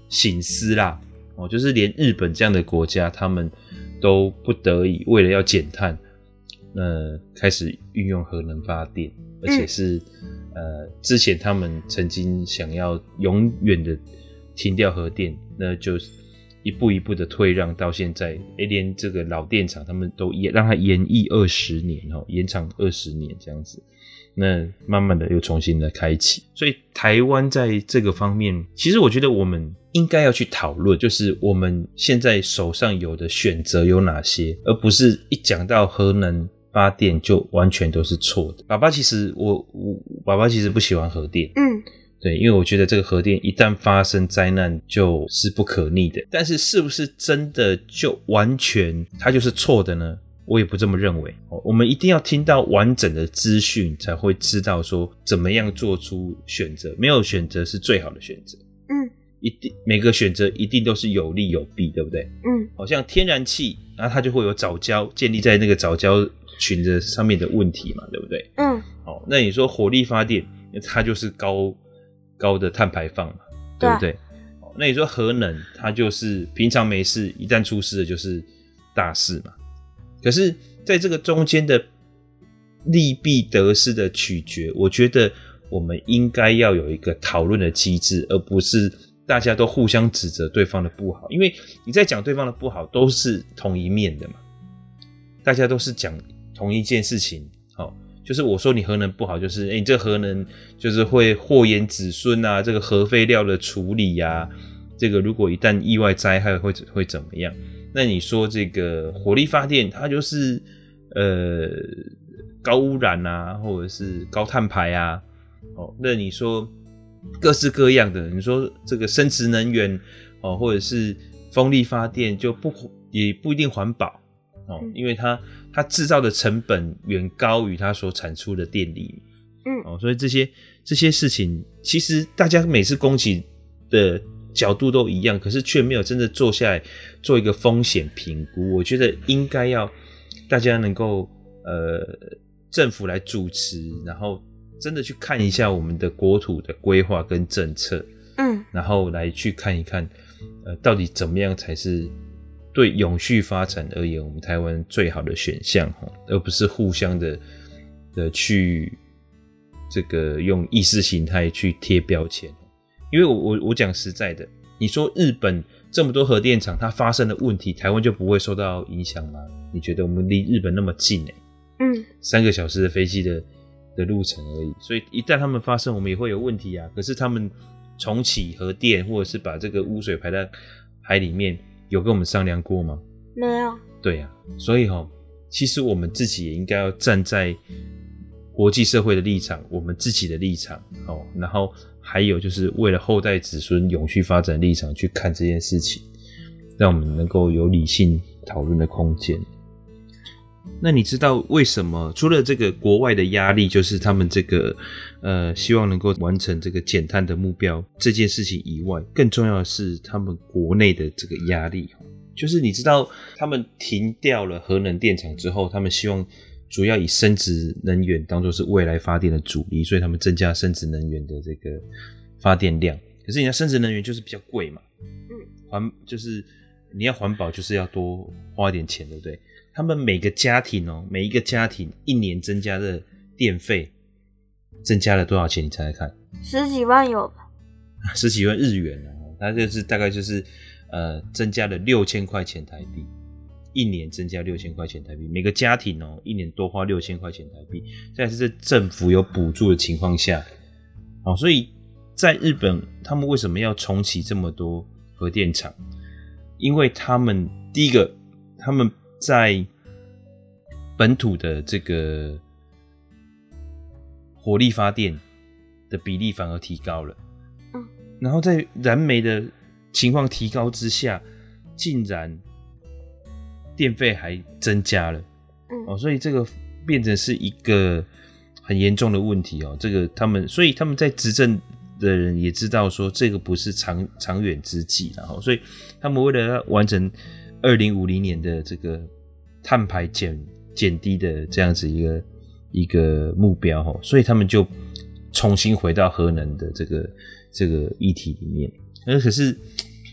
省思啦，哦，就是连日本这样的国家，他们都不得已为了要减碳，呃，开始运用核能发电，而且是、嗯、呃，之前他们曾经想要永远的停掉核电，那就一步一步的退让到现在，诶，连这个老电厂他们都也让它延役二十年哦，延长二十年这样子，那慢慢的又重新的开启。所以台湾在这个方面，其实我觉得我们应该要去讨论，就是我们现在手上有的选择有哪些，而不是一讲到核能发电就完全都是错的。爸爸其实我我爸爸其实不喜欢核电， 嗯。 对，因为我觉得这个核电一旦发生灾难就是不可逆的，但是是不是真的就完全它就是错的呢？我也不这么认为。我们一定要听到完整的资讯才会知道说怎么样做出选择，没有选择是最好的选择。 嗯， 一定每个选择一定都是有利有弊，对不对？ 嗯， 好像天然气，然后它就会有藻礁建立在那个藻礁群的上面的问题嘛，对不对？ 嗯， 好，那你说火力发电，它就是高高的碳排放嘛，对不对？那你说核能，它就是平常没事，一旦出事了就是大事嘛。可是在这个中间的利弊得失的取决，我觉得我们应该要有一个讨论的机制，而不是大家都互相指责对方的不好。因为你在讲对方的不好，都是同一面的嘛，大家都是讲同一件事情。好，就是我说你核能不好，就是欸，你这核能就是会祸延子孙啊，这个核废料的处理啊，这个如果一旦意外灾害会会怎么样？那你说这个火力发电，它就是呃高污染啊，或者是高碳排啊，哦，那你说各式各样的，你说这个生质能源哦，或者是风力发电就不也不一定环保哦，因为它它制造的成本远高于它所产出的电力， 嗯， 哦，所以这些这些事情，其实大家每次攻击的角度都一样，可是却没有真的坐下来做一个风险评估。我觉得应该要大家能够呃政府来主持，然后真的去看一下我们的国土的规划跟政策， 嗯，然后来去看一看呃到底怎么样才是对永续发展而言我们台湾最好的选项，而不是互相的的去这个用意识形态去贴标签。因为我我我讲实在的，你说日本这么多核电厂，它发生的问题，台湾就不会受到影响吗？你觉得我们离日本那么近欸， 嗯， 三个小时的飞机的的路程而已，所以一旦他们发生，我们也会有问题啊。可是他们重启核电，或者是把这个污水排到海里面，有跟我们商量过吗？ 没有。 对啊，所以齁，其实我们自己也应该要站在国际社会的立场，我们自己的立场，齁，然后还有就是为了后代子孙永续发展立场去看这件事情，让我们能够有理性讨论的空间。那你知道为什么除了这个国外的压力，就是他们这个呃希望能够完成这个减碳的目标这件事情以外，更重要的是他们国内的这个压力，就是你知道他们停掉了核能电厂之后，他们希望主要以生质能源当作是未来发电的主力，所以他们增加生质能源的这个发电量。可是你看生质能源就是比较贵嘛，嗯，环就是你要环保就是要多花点钱，对不对？他们每个家庭哦，每一个家庭一年增加的电费增加了多少钱？你猜猜看？ 十几万有吧？ 十几万日元哦，它就是大概就是呃增加了六千块钱台币。一年增加六千块钱台币，每个家庭哦，一年多花六千块钱台币，这是在政府有补助的情况下，哦，所以在日本，他们为什么要重启这么多核电厂？因为他们第一个，他们在本土的这个火力发电的比例反而提高了，嗯，然后在燃煤的情况提高之下，竟然电费还增加了，嗯，哦，所以这个变成是一个很严重的问题哦。这个他们，所以他们在执政的人也知道说这个不是长长远之计，然后所以他们为了要完成二零五零年的这个碳排减减低的这样子一个一个目标哦，所以他们就重新回到核能的这个这个议题里面。而可是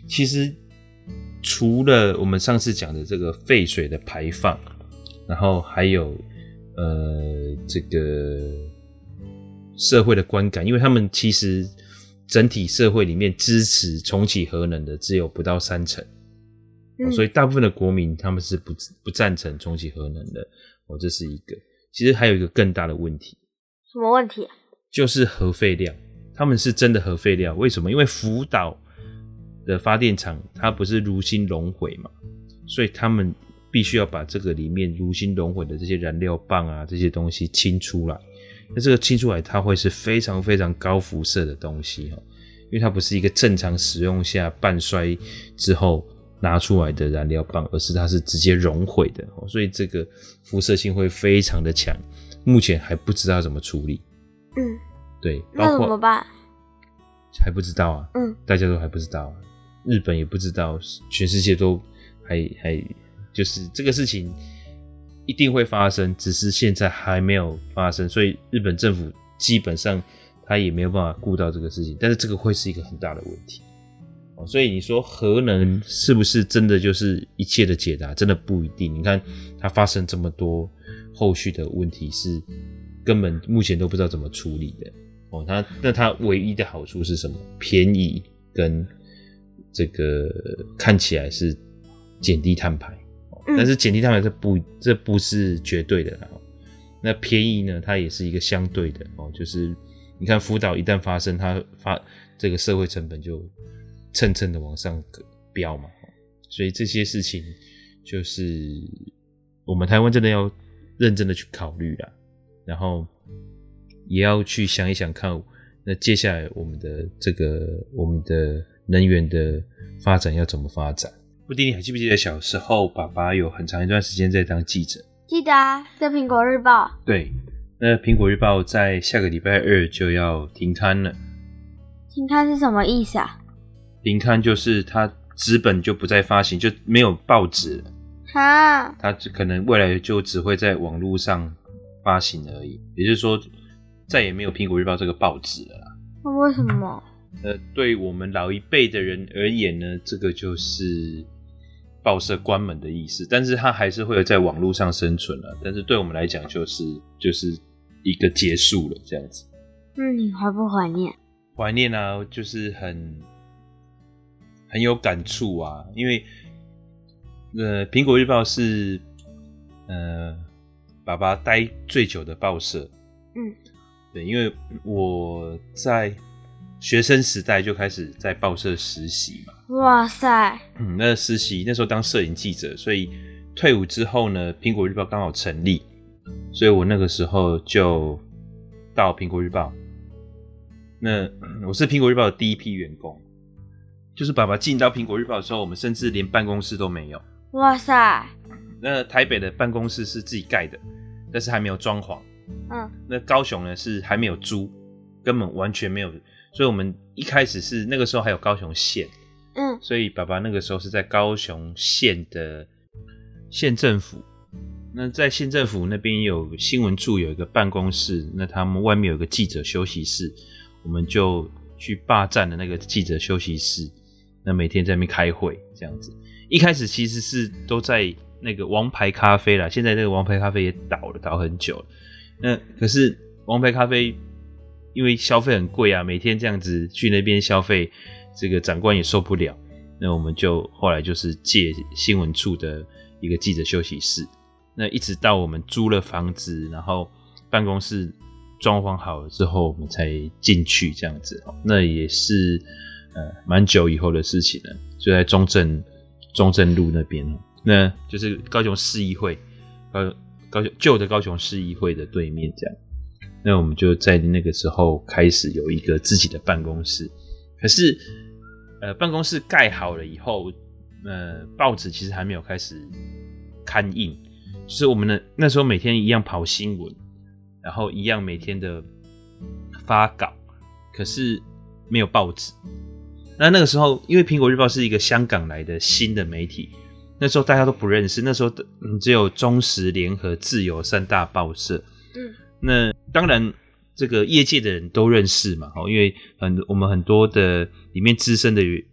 其实除了我们上次讲的这个废水的排放，然后还有呃这个社会的观感，因为他们其实整体社会里面支持重启核能的只有不到三成，嗯哦、所以大部分的国民他们是不不赞成重启核能的。哦，这是一个。其实还有一个更大的问题。 什么问题？ 就是核废料，他们是真的核废料。为什么？因为福岛的发电厂它不是炉心熔毁嘛，所以他们必须要把这个里面炉心熔毁的这些燃料棒啊这些东西清出来。那这个清出来它会是非常非常高辐射的东西，因为它不是一个正常使用下半衰之后拿出来的燃料棒，而是它是直接熔毁的，所以这个辐射性会非常的强，目前还不知道怎么处理。 嗯， 对， 包括那怎么办？ 还不知道啊， 嗯， 大家都还不知道啊，日本也不知道，全世界都还还就是这个事情一定会发生，只是现在还没有发生，所以日本政府基本上他也没有办法顾到这个事情，但是这个会是一个很大的问题。所以你说核能是不是真的就是一切的解答？真的不一定。你看它发生这么多后续的问题，是根本目前都不知道怎么处理的。哦，它那它唯一的好处是什么？便宜跟这个看起来是减低碳排，嗯、但是减低碳排这不这不是绝对的啦。那便宜呢，它也是一个相对的哦，就是你看福岛一旦发生，它发这个社会成本就蹭蹭的往上飙嘛，所以这些事情就是我们台湾真的要认真的去考虑啦，然后也要去想一想看，那接下来我们的这个我们的能源的发展要怎么发展。布丁，你还记不记得小时候爸爸有很长一段时间在当记者？ 记得啊，在苹果日报。 对，那苹果日报在下个礼拜二就要停刊了。 停刊是什么意思啊？ 停刊就是它纸本就不再发行，就没有报纸了。 哈， 它可能未来就只会在网络上发行而已，也就是说再也没有苹果日报这个报纸了啦。 那为什么？ 呃，对我们老一辈的人而言呢，这个就是报社关门的意思，但是它还是会有在网络上生存了。但是对我们来讲，就是就是一个结束了这样子。 嗯，你怀不怀念？ 怀念啊，就是很。很有感触啊，因为呃，苹果日报是呃爸爸待最久的报社。 嗯， 对，因为我在学生时代就开始在报社实习嘛。 哇塞！ 嗯，那实习那时候当摄影记者，所以退伍之后呢，苹果日报刚好成立，所以我那个时候就到苹果日报。那我是苹果日报的第一批员工。就是爸爸进到苹果日报的时候，我们甚至连办公室都没有。 哇塞！ 那台北的办公室是自己盖的，但是还没有装潢。 嗯。 那高雄呢是还没有租，根本完全没有。所以我们一开始是那个时候还有高雄县。 嗯。 所以爸爸那个时候是在高雄县的县政府。那在县政府那边有新闻处有一个办公室，那他们外面有一个记者休息室，我们就去霸占了那个记者休息室。那每天在那边开会这样子，一开始其实是都在那个王牌咖啡啦，现在那个王牌咖啡也倒了，倒很久了。那可是王牌咖啡因为消费很贵啊，每天这样子去那边消费，这个长官也受不了。那我们就后来就是借新闻处的一个记者休息室，那一直到我们租了房子，然后办公室装潢好了之后，我们才进去这样子。那也是。呃，蛮久以后的事情了，就在中正中正路那边，那就是高雄市议会，高高雄旧的高雄市议会的对面这样。那我们就在那个时候开始有一个自己的办公室。可是，呃，办公室盖好了以后，呃，报纸其实还没有开始刊印，就是我们的那时候每天一样跑新闻，然后一样每天的发稿，可是没有报纸。那那个时候，因为苹果日报是一个香港来的新的媒体，那时候大家都不认识，那时候、嗯、只有中时、联合、自由三大报社。 嗯， 那当然这个业界的人都认识嘛，因为很我们很多的里面资深的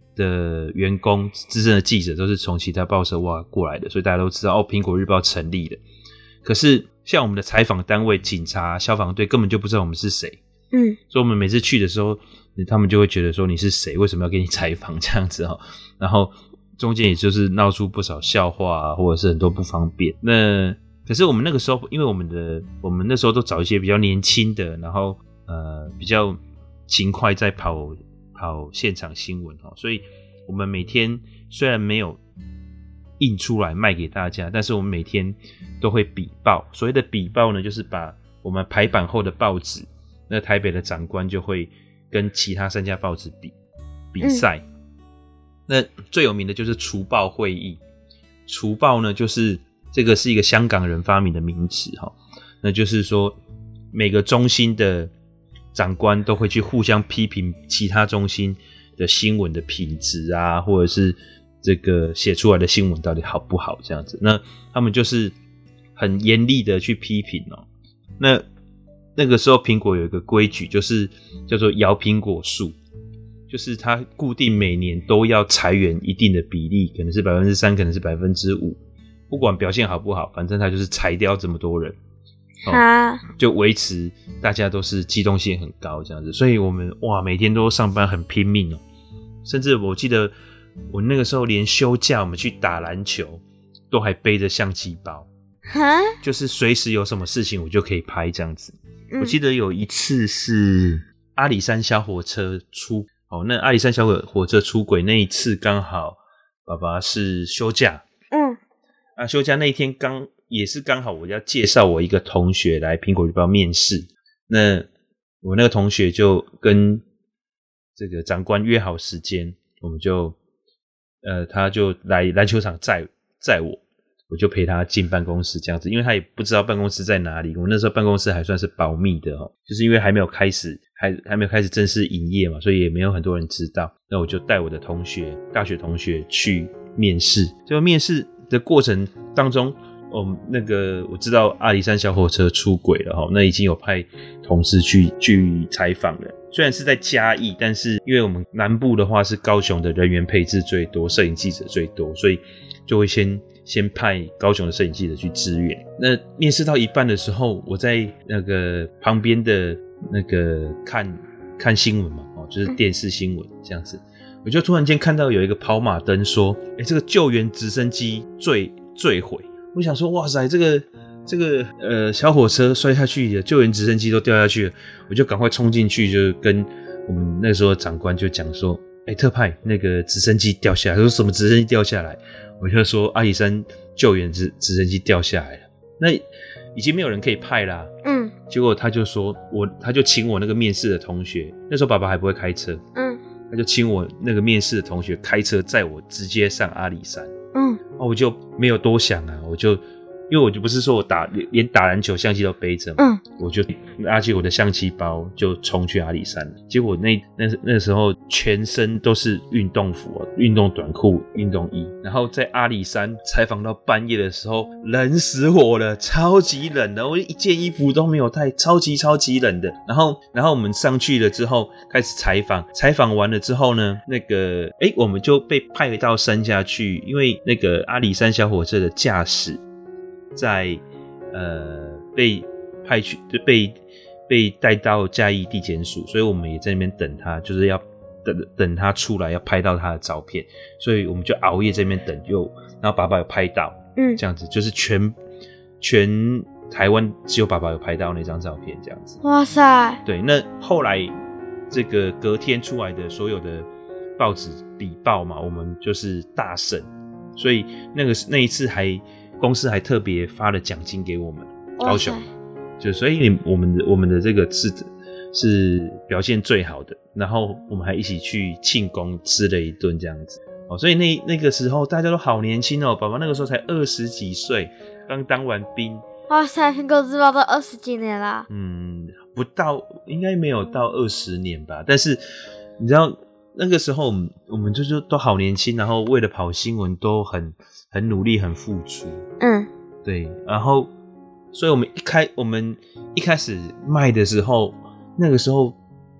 的员工、资深的记者都是从其他报社挖过来的，所以大家都知道哦，苹果日报成立了。可是像我们的采访单位、警察、消防队根本就不知道我们是谁， 嗯， 所以我们每次去的时候，他们就会觉得说你是谁，为什么要给你采访这样子哦，然后中间也就是闹出不少笑话啊，或者是很多不方便。那可是我们那个时候，因为我们的我们那时候都找一些比较年轻的，然后呃比较勤快在跑跑现场新闻哦，所以我们每天虽然没有印出来卖给大家，但是我们每天都会比报。所谓的比报呢，就是把我们排版后的报纸，那台北的长官就会跟其他三家报纸比比赛。嗯、那最有名的就是除报会议。除报呢，就是这个是一个香港人发明的名词哈，那就是说每个中心的长官都会去互相批评其他中心的新闻的品质啊，或者是这个写出来的新闻到底好不好这样子。那他们就是很严厉的去批评哦。那那个时候苹果有一个规矩，就是叫做摇苹果树，就是它固定每年都要裁员一定的比例，可能是 百分之三， 可能是 百分之五， 不管表现好不好，反正它就是裁掉这么多人。哦、就维持大家都是机动性很高这样子，所以我们哇每天都上班很拼命哦，甚至我记得我那个时候连休假我们去打篮球都还背着相机包，就是随时有什么事情我就可以拍这样子。嗯、我记得有一次是阿里山小火车出哦，那阿里山小火车出轨那一次刚好爸爸是休假，嗯，啊休假那一天刚。也是刚好我要介绍我一个同学来苹果日报面试，那我那个同学就跟这个长官约好时间，我们就呃他就来篮球场载载我，我就陪他进办公室这样子，因为他也不知道办公室在哪里，我那时候办公室还算是保密的哦，就是因为还没有开始还还没有开始正式营业嘛，所以也没有很多人知道。那我就带我的同学大学同学去面试，结果面试的过程当中。哦，那个我知道阿里山小火车出轨了齁，那已经有派同事去去采访了。虽然是在嘉义，但是因为我们南部的话是高雄的人员配置最多，摄影记者最多，所以就会先先派高雄的摄影记者去支援。那面试到一半的时候，我在那个旁边的那个看看新闻嘛，哦，就是电视新闻这样子，我就突然间看到有一个跑马灯说，哎，这个救援直升机坠坠毁。我想说，哇塞，这个这个呃小火车摔下去，救援直升机都掉下去了，我就赶快冲进去，就跟我们那时候的长官就讲说，哎、欸，特派那个直升机掉下来，他说什么直升机掉下来？我就说阿里山救援直直升机掉下来了，那已经没有人可以派啦。嗯，结果他就说我，他就请我那个面试的同学，那时候爸爸还不会开车，嗯，他就请我那个面试的同学开车载我直接上阿里山。嗯，哦，我就没有多想啊，我就因为我就不是说我打连打篮球相机都背着嘛，嗯，我就拿起我的相机包就冲去阿里山了。结果那那那时候全身都是运动服、运动短裤、运动衣，然后在阿里山采访到半夜的时候，冷死我了，超级冷的，我一件衣服都没有带，超级超级冷的。然后然后我们上去了之后开始采访，采访完了之后呢，那个哎我们就被派到山下去，因为那个阿里山小火车的驾驶。在呃被派去就被被带到嘉义地检署，所以我们也在那边等他，就是要等等他出来，要拍到他的照片，所以我们就熬夜在那边等，就然后爸爸有拍到，嗯，这样子就是全全台湾只有爸爸有拍到那张照片，这样子。 哇塞！ 对，那后来这个隔天出来的所有的报纸比报嘛，我们就是大胜，所以那个那一次还。公司还特别发了奖金给我们，高雄，就所以我们的我们的这个是是表现最好的，然后我们还一起去庆功，吃了一顿这样子哦。所以那那个时候大家都好年轻哦，爸爸那个时候才二十几岁，刚当完兵。 哇塞，苹果日报都二十几年啦。 嗯，不到，应该没有到二十年吧。但是你知道那个时候我们我们就是都好年轻，然后为了跑新闻都很。很努力，很付出，嗯，对，然后，所以我们一开我们一开始卖的时候，那个时候不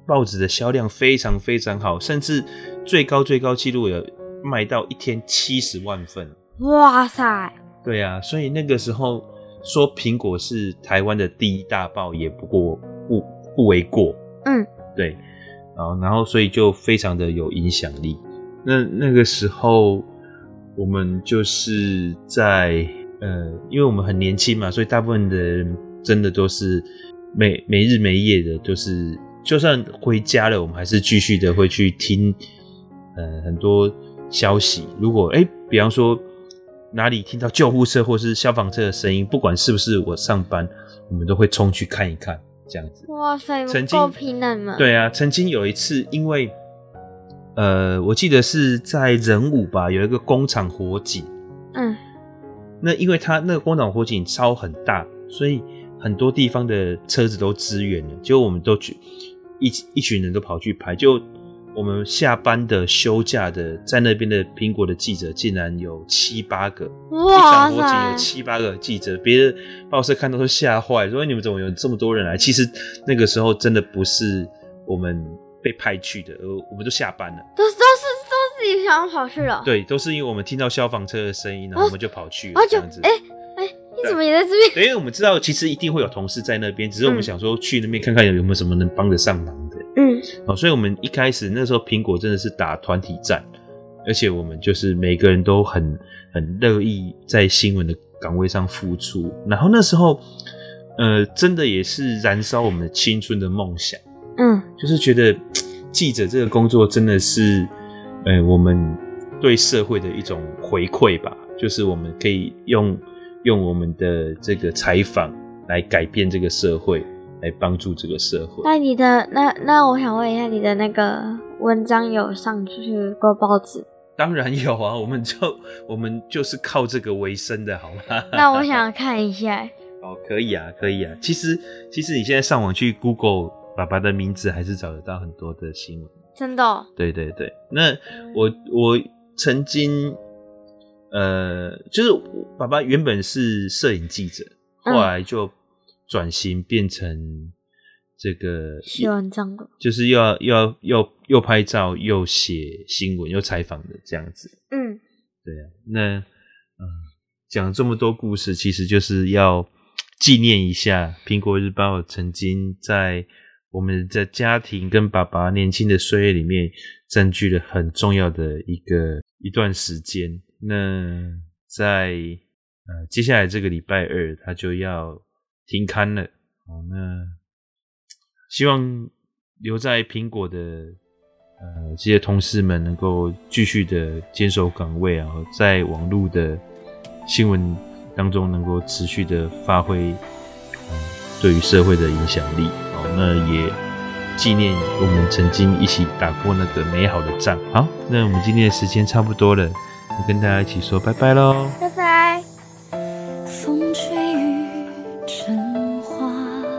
报纸的销量非常非常好，甚至最高最高纪录有卖到一天七十万份。 哇塞！ 对啊，所以那个时候说苹果是台湾的第一大报，也不过不不为过。 嗯， 对，然后然后所以就非常的有影响力。那那个时候我们就是在呃，因为我们很年轻嘛，所以大部分的人真的都是没没日没夜的，就是就算回家了，我们还是继续的会去听呃很多消息。如果哎，比方说哪里听到救护车或是消防车的声音，不管是不是我上班，我们都会冲去看一看，这样子。 哇塞， 曾经够拼了嘛！ 对啊，曾经有一次，因为呃，我记得是在仁武吧，有一个工厂火警。 嗯， 那因为它那个工厂火警超很大，所以很多地方的车子都支援了，结果我们都去一一群人都跑去拍，就我们下班的休假的在那边的苹果的记者竟然有七八个，一场火警有七八个记者，别的报社看到都吓坏，说你们怎么有这么多人来？其实那个时候真的不是我们被派去的，而我们都下班了， 都都是都自己想跑去了。 对，都是因为我们听到消防车的声音，然后我们就跑去了， 哦， 这样子。 哎哎，你怎么也在这边？ 对，因为我们知道其实一定会有同事在那边，只是我们想说去那边看看有没有什么能帮得上忙的。 嗯， 哦，所以我们一开始那时候苹果真的是打团体战，而且我们就是每个人都很很乐意在新闻的岗位上付出，然后那时候呃真的也是燃烧我们的青春的梦想。 嗯， 就是觉得记者这个工作真的是呃我们对社会的一种回馈吧，就是我们可以用用我们的这个采访来改变这个社会，来帮助这个社会。 那你的那那我想问一下，你的那个文章有上去过报纸？ 当然有啊，我们就我们就是靠这个为生的，好吗？ 那我想看一下。 哦，可以啊，可以啊。其实其实你现在上网去 Google 爸爸的名字，还是找得到很多的新闻。 真的哦？ 对对对。那我我曾经呃，就是我爸爸原本是摄影记者，后来就转型变成这个写文章的， 就是又要又要又又拍照又写新闻又采访的这样子。 嗯， 对啊。那嗯，讲这么多故事，其实就是要纪念一下苹果日报曾经在我们的家庭跟爸爸年轻的岁月里面占据了很重要的一个一段时间。那在呃接下来这个礼拜二，他就要停刊了。哦，那希望留在苹果的呃这些同事们能够继续的坚守岗位啊，在网络的新闻当中能够持续的发挥呃对于社会的影响力。好，那也纪念我们曾经一起打过那个美好的仗。好，那我们今天的时间差不多了，就跟大家一起说拜拜咯。 拜拜。 风吹雨成花，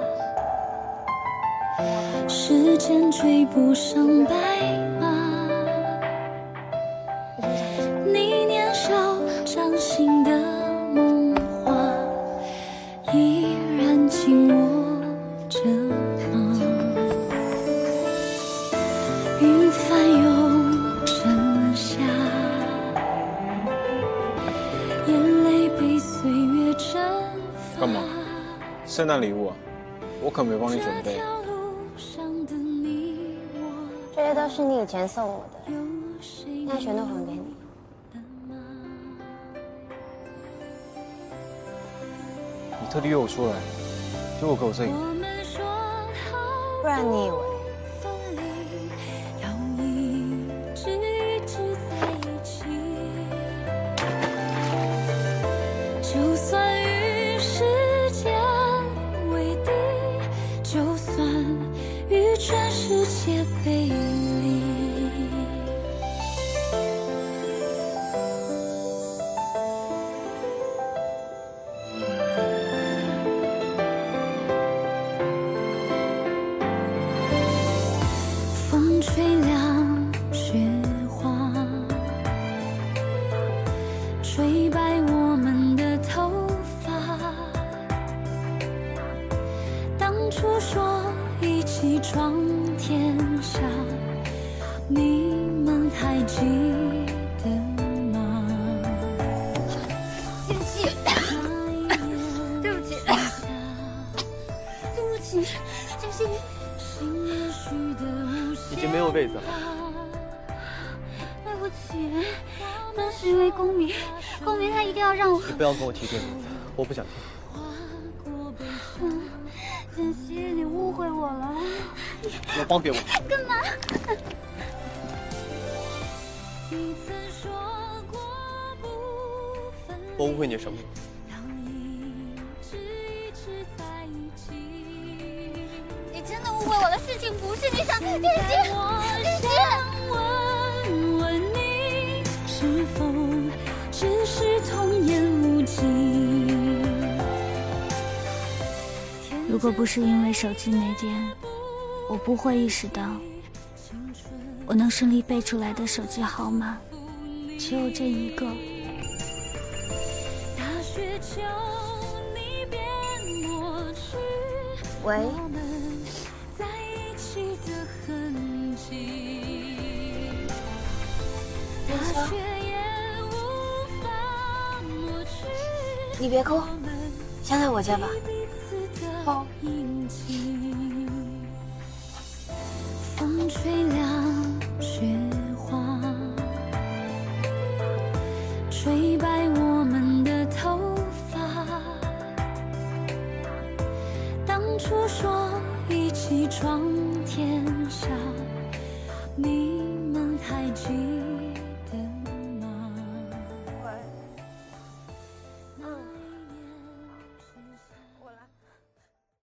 时间追不上白马，你年少掌心的梦话依然紧握着吗？云翻涌成夏，眼泪被岁月蒸发。 干嘛？圣诞礼物啊？我可没帮你准备。 这些都是你以前送我的，现在全都还给你。 你特地约我出来，结果给我这个， 不然你以为？ 就算与时间为敌，就算与全世界背离，风吹凉雪花，吹白我们的头发。当初说一起闯天下，你们还记得吗？ 对不起，对不起，对不起，小心。 已经没有位子了。 对不起，那是因为公明，公明他一定要让我。 你不要跟我提这名字，我不想听。 嗯，简溪，你误会我了。 你要帮别我。 干嘛？ 我误会你什么？ 你真的误会我的事情不是你想，简溪，简溪。 问问你，是否只是童言无忌？ 如果不是因为手机没电，我不会意识到，我能顺利背出来的手机号码只有这一个。 喂，你别哭，先来我家吧。好。 风吹凉雪花，吹白我们的头发。当初说一起闯天下，你们还记得？